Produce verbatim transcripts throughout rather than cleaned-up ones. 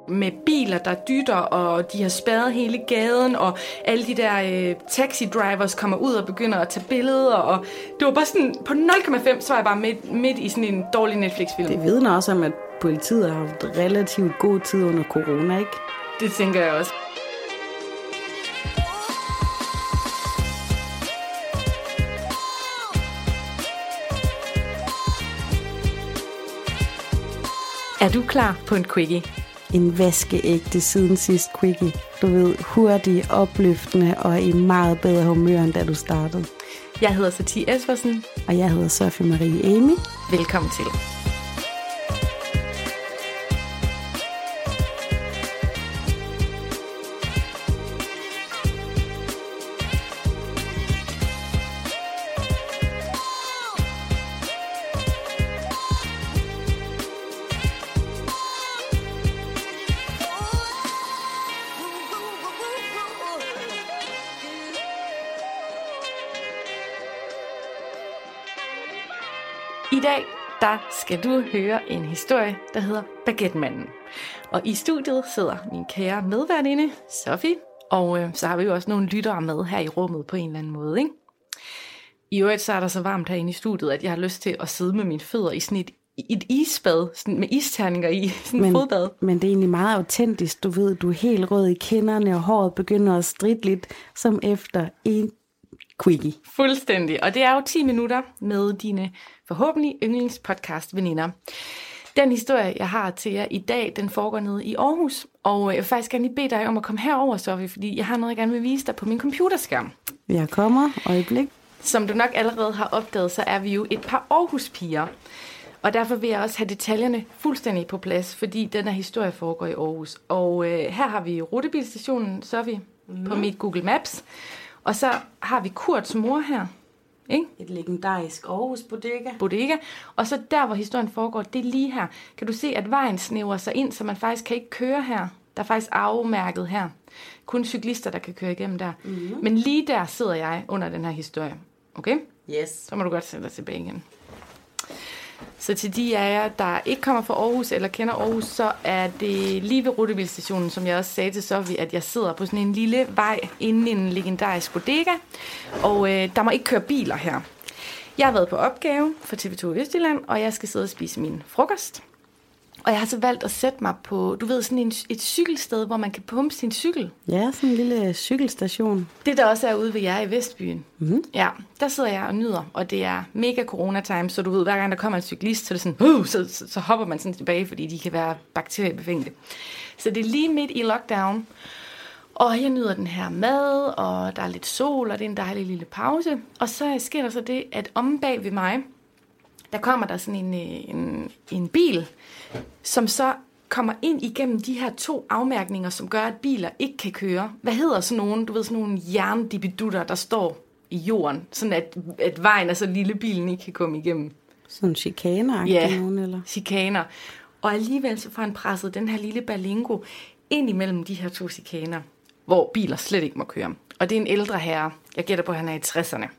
med biler, der dytter, og de har spærret hele gaden, og alle de der øh, taxi-drivers kommer ud og begynder at tage billeder, og det var bare sådan, på nul komma fem, så var jeg bare midt, midt i sådan en dårlig Netflix-film. Det vidner også om, at politiet har haft relativt god tid under corona, ikke? Det tænker jeg også. Er du klar på en quickie? En vaskeægte siden sidst quickie. Du ved, hurtig, opløftende og i meget bedre humør, end da du startede. Jeg hedder Satie Espersen. Og jeg hedder Sofie Marie Amy. Velkommen til. I dag, der skal du høre en historie, der hedder Baguettemanden. Og i studiet sidder min kære medværtinde, Sofie, og øh, så har vi jo også nogle lyttere med her i rummet på en eller anden måde, ikke? I øvrigt så er der så varmt herinde i studiet, at jeg har lyst til at sidde med mine fødder i sådan et, et isbad, sådan med isterninger i, sådan et fodbad. Men det er egentlig meget autentisk, du ved, du er helt rød i kinderne, og håret begynder at stritte lidt, som efter en quickie. Fuldstændig, og det er jo ti minutter med dine forhåbentlig yndlingspodcast-veninder. Den historie, jeg har til jer i dag, den foregår nede i Aarhus, og jeg vil faktisk gerne lige bede dig om at komme herover, Sofie, fordi jeg har noget, jeg gerne vil vise dig på min computerskærm. Jeg kommer, øjeblik. Som du nok allerede har opdaget, så er vi jo et par Aarhus-piger, og derfor vil jeg også have detaljerne fuldstændig på plads, fordi den her historie foregår i Aarhus. Og øh, her har vi rutebilstationen, Sofie, mm. på mit Google Maps, og så har vi Kurts mor her. Ikke? Et legendarisk Aarhus bodega. Bodega. Og så der, hvor historien foregår, det er lige her. Kan du se, at vejen snæver sig ind, så man faktisk kan ikke køre her. Der er faktisk afmærket her. Kun cyklister, der kan køre igennem der. Mm-hmm. Men lige der sidder jeg under den her historie. Okay? Yes. Så må du godt sende dig tilbage igen. Så til de af jer, der ikke kommer fra Aarhus eller kender Aarhus, så er det lige ved rutebilstationen, som jeg også sagde til Sofie, at jeg sidder på sådan en lille vej inde i en legendarisk bodega, og øh, der må ikke køre biler her. Jeg har været på opgave for T V to Østjylland, og jeg skal sidde og spise min frokost. Og jeg har så valgt at sætte mig på, du ved, sådan en, et cykelsted, hvor man kan pumpe sin cykel. Ja, sådan en lille cykelstation. Det der også er ude ved jer i Vestbyen. Mm-hmm. Ja, der sidder jeg og nyder, og det er mega corona-time, så du ved, hver gang der kommer en cyklist, så er det sådan, uh, så, så, så hopper man sådan tilbage, fordi de kan være bakteriebefængte. Så det er lige midt i lockdown, og jeg nyder den her mad, og der er lidt sol, og det er en dejlig lille pause. Og så sker der så det, at om bag ved mig, der kommer der sådan en, en, en bil, som så kommer ind igennem de her to afmærkninger, som gør, at biler ikke kan køre. Hvad hedder sådan nogle, du ved, sådan nogle jerndibidutter, der står i jorden, sådan at, at vejen er så lille, bilen ikke kan komme igennem. Sådan chikaner-agtige ja, nogen, eller? chikaner. Og alligevel så får han presset den her lille Berlingo ind imellem de her to chikaner, hvor biler slet ikke må køre. Og det er en ældre herre. Jeg gætter på, at han er i tresserne.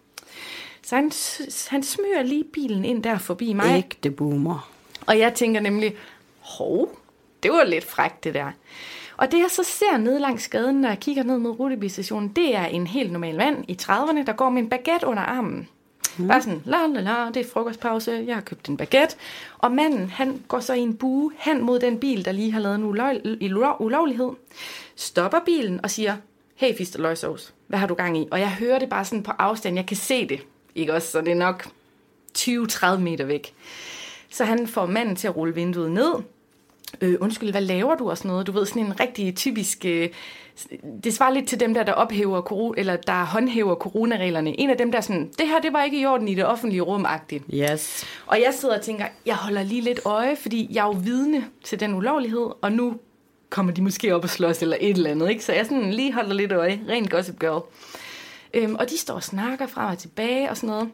Så han, han smører lige bilen ind der forbi mig. Ægte boomer. Og jeg tænker nemlig, hov, det var lidt frækt det der. Og det jeg så ser ned langs gaden, når jeg kigger ned mod rutebilstationen, det er en helt normal mand i trediverne, der går med en baguette under armen. Mm. Bare sådan, la la la, det er frokostpause, jeg har købt en baguette. Og manden, han går så i en bue hen mod den bil, der lige har lavet en ulov- ulovlighed. Stopper bilen og siger, hey fister løgsovs, hvad har du gang i? Og jeg hører det bare sådan på afstand, jeg kan se det. Ikke også, så det er nok tyve til tredive meter væk. Så han får manden til at rulle vinduet ned. Øh, undskyld, hvad laver du og sådan noget? Du ved, sådan en rigtig typisk... Øh, det svarer lidt til dem der, der ophæver corona, eller der håndhæver coronareglerne. En af dem der sådan, det her, det var ikke i orden i det offentlige rum-agtigt. Yes. Og jeg sidder og tænker, jeg holder lige lidt øje, fordi jeg er jo vidne til den ulovlighed, og nu kommer de måske op og slås eller et eller andet, ikke? Så jeg sådan lige holder lidt øje. Rent gossip girl. Øhm, og de står og snakker frem og tilbage og sådan noget.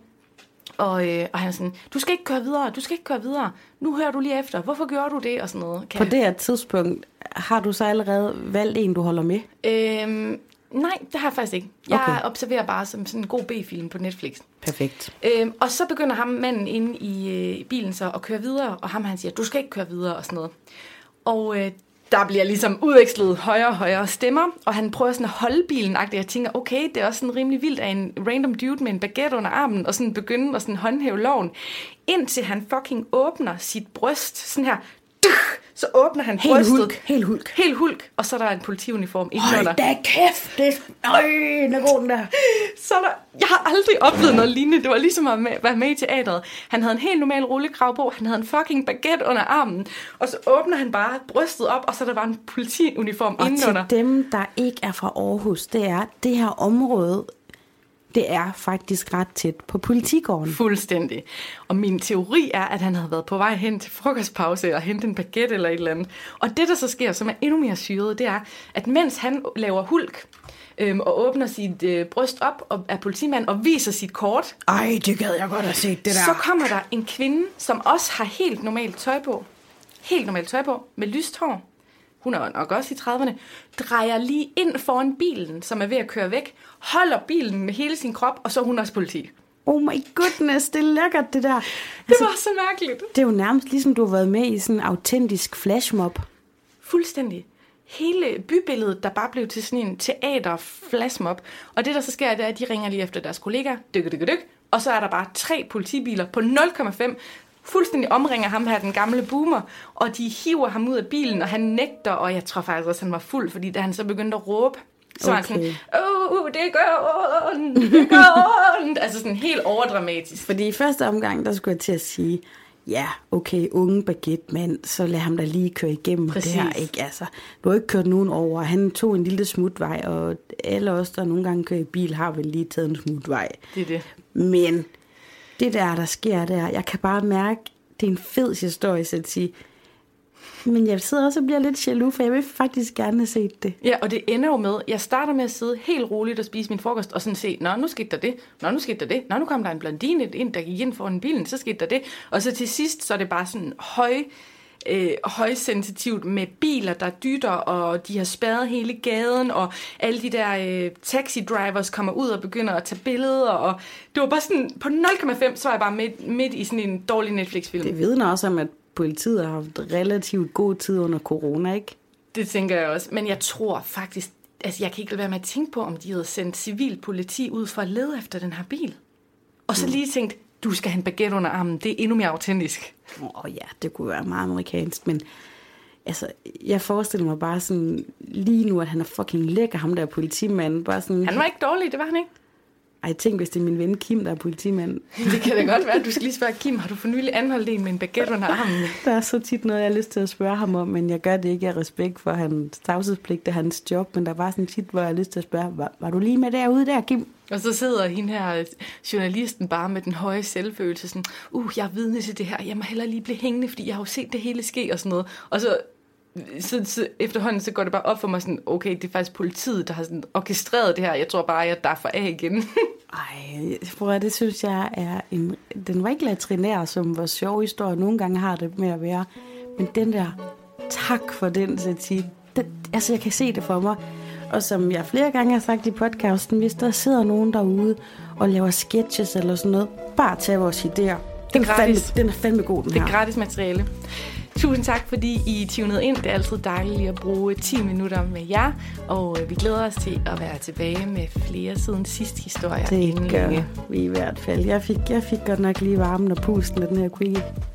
Og, øh, og han er sådan, du skal ikke køre videre, du skal ikke køre videre. Nu hører du lige efter, hvorfor gjorde du det? Og sådan noget. Kan På det her tidspunkt, har du så allerede valgt en, du holder med? Øhm, nej, det har jeg faktisk ikke. Jeg Okay. observerer bare som sådan en god B-film på Netflix. Perfekt. Øhm, og så begynder ham manden inde i øh, bilen så at køre videre, og ham han siger, du skal ikke køre videre og sådan noget. Og øh, Der bliver ligesom udvekslet højere og højere stemmer, og han prøver sådan at holde bilen, og jeg tænker, okay, det er også sådan rimelig vildt, at en random dude med en baguette under armen, og sådan begynde at sådan håndhæve loven, indtil han fucking åbner sit bryst, sådan her, så åbner han helt brystet. Hulk, helt hulk. Helt hulk, og så er der en politiuniform indenunder. Hold da kæft, det er... Øj, den er god, den der. Så der... Jeg har aldrig oplevet noget lignende. Det var ligesom at være med i teatret. Han havde en helt normal rullekrav på, han havde en fucking baguette under armen, og så åbner han bare brystet op, og så er der bare en politiuniform og indenunder. Og til dem, der ikke er fra Aarhus, det er, det her område, det er faktisk ret tæt på Politigården. Fuldstændig. Og min teori er, at han havde været på vej hen til frokostpause og hentet en baguette eller et eller andet. Og det, der så sker, som er endnu mere syret, det er, at mens han laver hulk øhm, og åbner sit øh, bryst op og er politimand og viser sit kort. Ej, det gad jeg godt have set, det der. Så kommer der en kvinde, som også har helt normalt tøj på. Helt normalt tøj på, med lyst hår. Hun er nok også i trediverne, drejer lige ind foran bilen, som er ved at køre væk, holder bilen med hele sin krop, og så er hun også politi. Oh my goodness, det er lækkert, det der. Det altså, var så mærkeligt. Det er jo nærmest ligesom, du har været med i sådan en autentisk flashmob. Fuldstændig. Hele bybilledet, der bare blev til sådan en teater-flashmob. Og det, der så sker, det er, at de ringer lige efter deres kollega, dyk, dyk, dyk, og så er der bare tre politibiler på nul komma fem, fuldstændig omringer ham her, den gamle boomer, og de hiver ham ud af bilen, og han nægter, og jeg tror faktisk også, han var fuld, fordi da han så begyndte at råbe, så var okay. han sådan, åh, det gør ondt, det gør ondt, altså sådan helt overdramatisk. Fordi i første omgang, der skulle jeg til at sige, ja, okay, unge baguette mand, så lad ham da lige køre igennem. Præcis. Det her, ikke? Altså, du har ikke kørt nogen over, han tog en lille smutvej, og alle os, der nogle gange kører i bil, har vel lige taget en smutvej. Det er det. Men det der, der sker der, jeg kan bare mærke, det er en fed historie, så at sige. Men jeg sidder også og bliver lidt jaloux, for jeg vil faktisk gerne have set det. Ja, og det ender jo med, jeg starter med at sidde helt roligt og spise min frokost, og sådan se, nå, nu skete der det, nå, nu skete der det, nå, nu kom der en blondine ind, der gik ind foran bilen, så skete der det. Og så til sidst, så er det bare sådan høj, øh, højsensitivt med biler, der dytter, og de har spærret hele gaden, og alle de der øh, taxi-drivers kommer ud og begynder at tage billeder, og det var bare sådan, på nul komma fem, så var jeg bare midt, midt i sådan en dårlig Netflix-film. Det vidner også om, at politiet har haft relativt god tid under corona, ikke? Det tænker jeg også. Men jeg tror faktisk, altså jeg kan ikke lade være med at tænke på, om de havde sendt civil politi ud for at lede efter den her bil. Og så mm. lige tænkt, du skal have en baguette under armen. Det er endnu mere autentisk. Åh oh, ja, det kunne være meget amerikansk, men altså, jeg forestiller mig bare sådan, lige nu, at han er fucking lækker, ham der politimanden. Bare sådan, han var ikke dårlig, det var han ikke. Ej, tænk, hvis det er min ven Kim, der er politimand. Det kan da godt være. Du skal lige spørge Kim, har du for nylig anholdt en med en baguette under armen? Der er så tit noget, jeg har lyst til at spørge ham om, men jeg gør det ikke af respekt for hans tavshedspligt og hans job, men der var sådan tit, hvor jeg har lyst til at spørge, var, var du lige med derude der, Kim? Og så sidder hende her, journalisten, bare med den høje selvfølelse, sådan, uh, jeg er vidne til det her, jeg må hellere lige blive hængende, fordi jeg har jo set det hele ske og sådan noget. Og så Så, så efterhånden så går det bare op for mig sådan, okay, det er faktisk politiet, der har sådan orkestreret det her. Jeg tror bare, at der er for af igen. Ej, bror, det synes jeg er en... Den var ikke latrinær, som vores sjove historie nogle gange har det med at være. Men den der, tak for den, så at sige. Det, altså, jeg kan se det for mig. Og som jeg flere gange har sagt i podcasten, hvis der sidder nogen derude og laver sketches eller sådan noget, bare tag vores idéer. Den er, fandme, den er fandme god, den her. her. Det er gratis materiale. Tusind tak, fordi I tunede ind. Det er altid dejligt at bruge ti minutter med jer, og vi glæder os til at være tilbage med flere siden sidste historier. Det gør vi i hvert fald. Jeg fik, jeg fik godt nok lige varmen og pusten af den her quickie.